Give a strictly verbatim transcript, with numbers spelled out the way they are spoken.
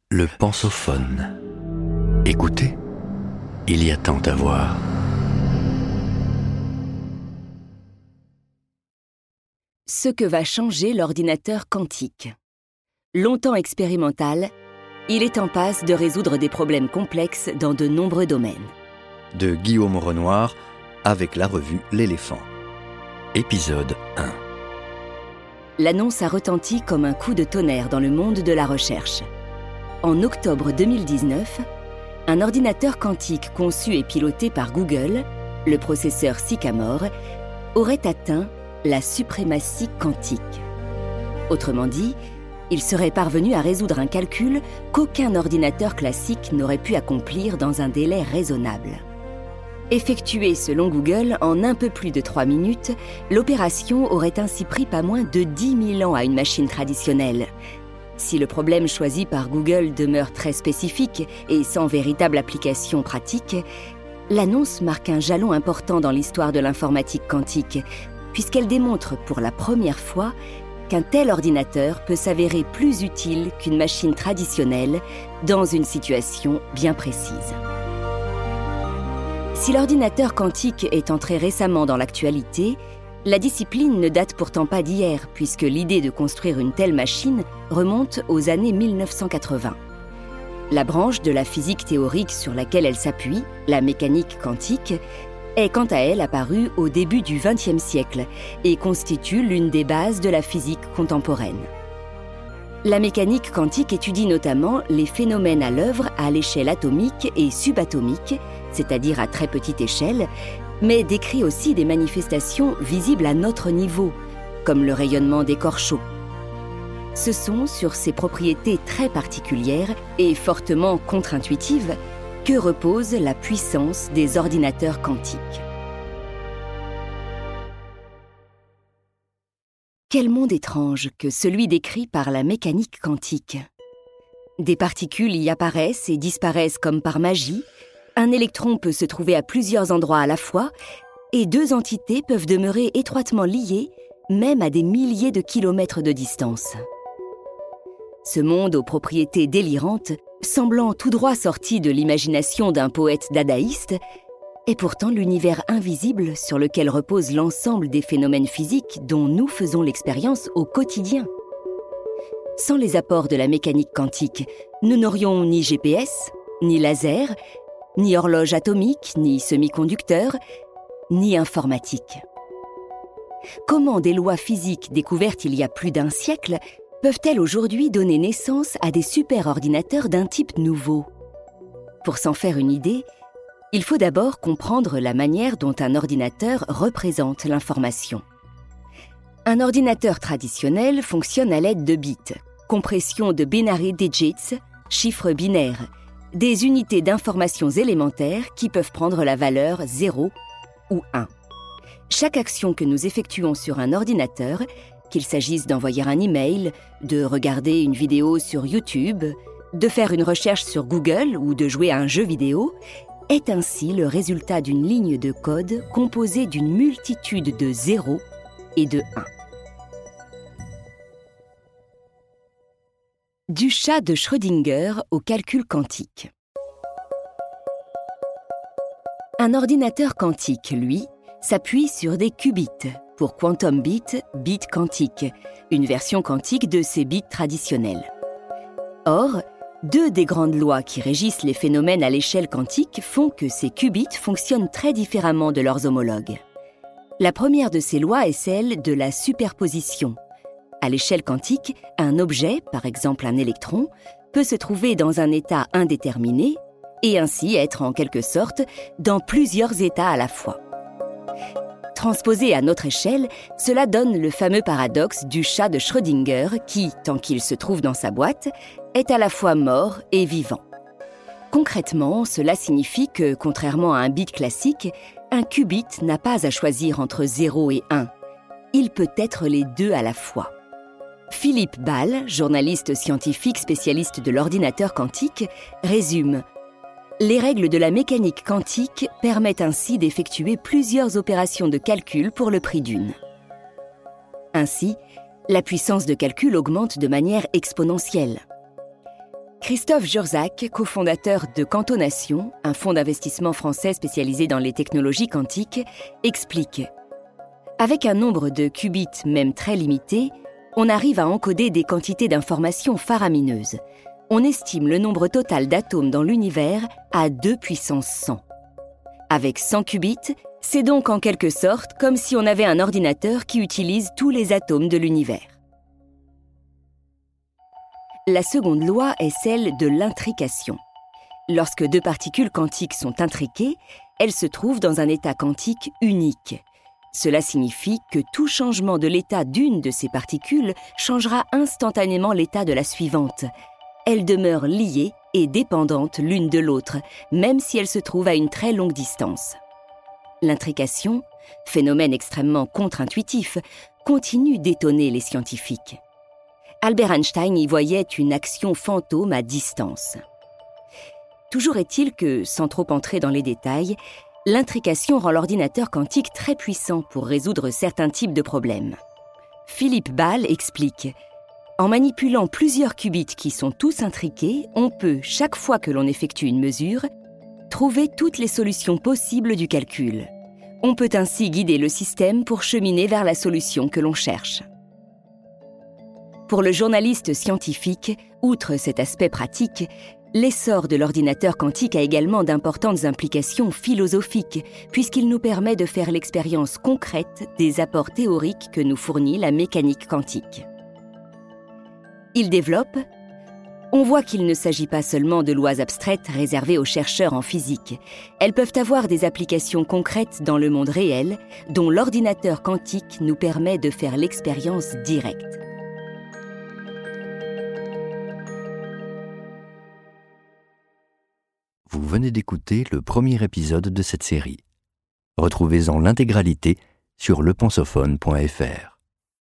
Le pensophone. Écoutez, il y a tant à voir. Ce que va changer l'ordinateur quantique. Longtemps expérimental, il est en passe de résoudre des problèmes complexes dans de nombreux domaines. De Guillaume Renoir, avec la revue L'éléphant. Épisode un. L'annonce a retenti comme un coup de tonnerre dans le monde de la recherche. En octobre deux mille dix-neuf, un ordinateur quantique conçu et piloté par Google, le processeur Sycamore, aurait atteint la suprématie quantique. Autrement dit, il serait parvenu à résoudre un calcul qu'aucun ordinateur classique n'aurait pu accomplir dans un délai raisonnable. Effectué selon Google en un peu plus de trois minutes, l'opération aurait ainsi pris pas moins de dix mille ans à une machine traditionnelle. Si le problème choisi par Google demeure très spécifique et sans véritable application pratique, l'annonce marque un jalon important dans l'histoire de l'informatique quantique, puisqu'elle démontre pour la première fois qu'un tel ordinateur peut s'avérer plus utile qu'une machine traditionnelle dans une situation bien précise. Si l'ordinateur quantique est entré récemment dans l'actualité, la discipline ne date pourtant pas d'hier, puisque l'idée de construire une telle machine remonte aux années mille neuf cent quatre-vingts. La branche de la physique théorique sur laquelle elle s'appuie, la mécanique quantique, est quant à elle apparue au début du vingtième siècle et constitue l'une des bases de la physique contemporaine. La mécanique quantique étudie notamment les phénomènes à l'œuvre à l'échelle atomique et subatomique, c'est-à-dire à très petite échelle, mais décrit aussi des manifestations visibles à notre niveau, comme le rayonnement des corps chauds. Ce sont sur ces propriétés très particulières et fortement contre-intuitives que repose la puissance des ordinateurs quantiques. Quel monde étrange que celui décrit par la mécanique quantique. Des particules y apparaissent et disparaissent comme par magie. Un électron peut se trouver à plusieurs endroits à la fois et deux entités peuvent demeurer étroitement liées, même à des milliers de kilomètres de distance. Ce monde aux propriétés délirantes, semblant tout droit sorti de l'imagination d'un poète dadaïste, est pourtant l'univers invisible sur lequel repose l'ensemble des phénomènes physiques dont nous faisons l'expérience au quotidien. Sans les apports de la mécanique quantique, nous n'aurions ni G P S, ni laser, ni horloge atomique, ni semi-conducteur, ni informatique. Comment des lois physiques découvertes il y a plus d'un siècle peuvent-elles aujourd'hui donner naissance à des superordinateurs d'un type nouveau ? Pour s'en faire une idée, il faut d'abord comprendre la manière dont un ordinateur représente l'information. Un ordinateur traditionnel fonctionne à l'aide de bits, compression de binary digits, chiffres binaires, des unités d'informations élémentaires qui peuvent prendre la valeur zéro ou un. Chaque action que nous effectuons sur un ordinateur, qu'il s'agisse d'envoyer un email, de regarder une vidéo sur YouTube, de faire une recherche sur Google ou de jouer à un jeu vidéo, est ainsi le résultat d'une ligne de code composée d'une multitude de zéros et de un. Du chat de Schrödinger au calcul quantique. Un ordinateur quantique, lui, s'appuie sur des qubits, pour quantum bit, bit quantique, une version quantique de ces bits traditionnels. Or, deux des grandes lois qui régissent les phénomènes à l'échelle quantique font que ces qubits fonctionnent très différemment de leurs homologues. La première de ces lois est celle de la superposition. À l'échelle quantique, un objet, par exemple un électron, peut se trouver dans un état indéterminé et ainsi être en quelque sorte dans plusieurs états à la fois. Transposé à notre échelle, cela donne le fameux paradoxe du chat de Schrödinger qui, tant qu'il se trouve dans sa boîte, est à la fois mort et vivant. Concrètement, cela signifie que, contrairement à un bit classique, un qubit n'a pas à choisir entre zéro et un. Il peut être les deux à la fois. Philippe Ball, journaliste scientifique spécialiste de l'ordinateur quantique, résume « Les règles de la mécanique quantique permettent ainsi d'effectuer plusieurs opérations de calcul pour le prix d'une. » Ainsi, la puissance de calcul augmente de manière exponentielle. Christophe Jurzac, cofondateur de Cantonation, un fonds d'investissement français spécialisé dans les technologies quantiques, explique « Avec un nombre de qubits même très limité, on arrive à encoder des quantités d'informations faramineuses. On estime le nombre total d'atomes dans l'univers à deux puissance cent. Avec cent qubits, c'est donc en quelque sorte comme si on avait un ordinateur qui utilise tous les atomes de l'univers. » La seconde loi est celle de l'intrication. Lorsque deux particules quantiques sont intriquées, elles se trouvent dans un état quantique unique. Cela signifie que tout changement de l'état d'une de ces particules changera instantanément l'état de la suivante. Elles demeurent liées et dépendantes l'une de l'autre, même si elles se trouvent à une très longue distance. L'intrication, phénomène extrêmement contre-intuitif, continue d'étonner les scientifiques. Albert Einstein y voyait une action fantôme à distance. Toujours est-il que, sans trop entrer dans les détails, l'intrication rend l'ordinateur quantique très puissant pour résoudre certains types de problèmes. Philippe Ball explique « En manipulant plusieurs qubits qui sont tous intriqués, on peut, chaque fois que l'on effectue une mesure, trouver toutes les solutions possibles du calcul. On peut ainsi guider le système pour cheminer vers la solution que l'on cherche. » Pour le journaliste scientifique, outre cet aspect pratique, l'essor de l'ordinateur quantique a également d'importantes implications philosophiques, puisqu'il nous permet de faire l'expérience concrète des apports théoriques que nous fournit la mécanique quantique. Il développe « On voit qu'il ne s'agit pas seulement de lois abstraites réservées aux chercheurs en physique. Elles peuvent avoir des applications concrètes dans le monde réel, dont l'ordinateur quantique nous permet de faire l'expérience directe. » Vous venez d'écouter le premier épisode de cette série. Retrouvez-en l'intégralité sur le pensophone point f r.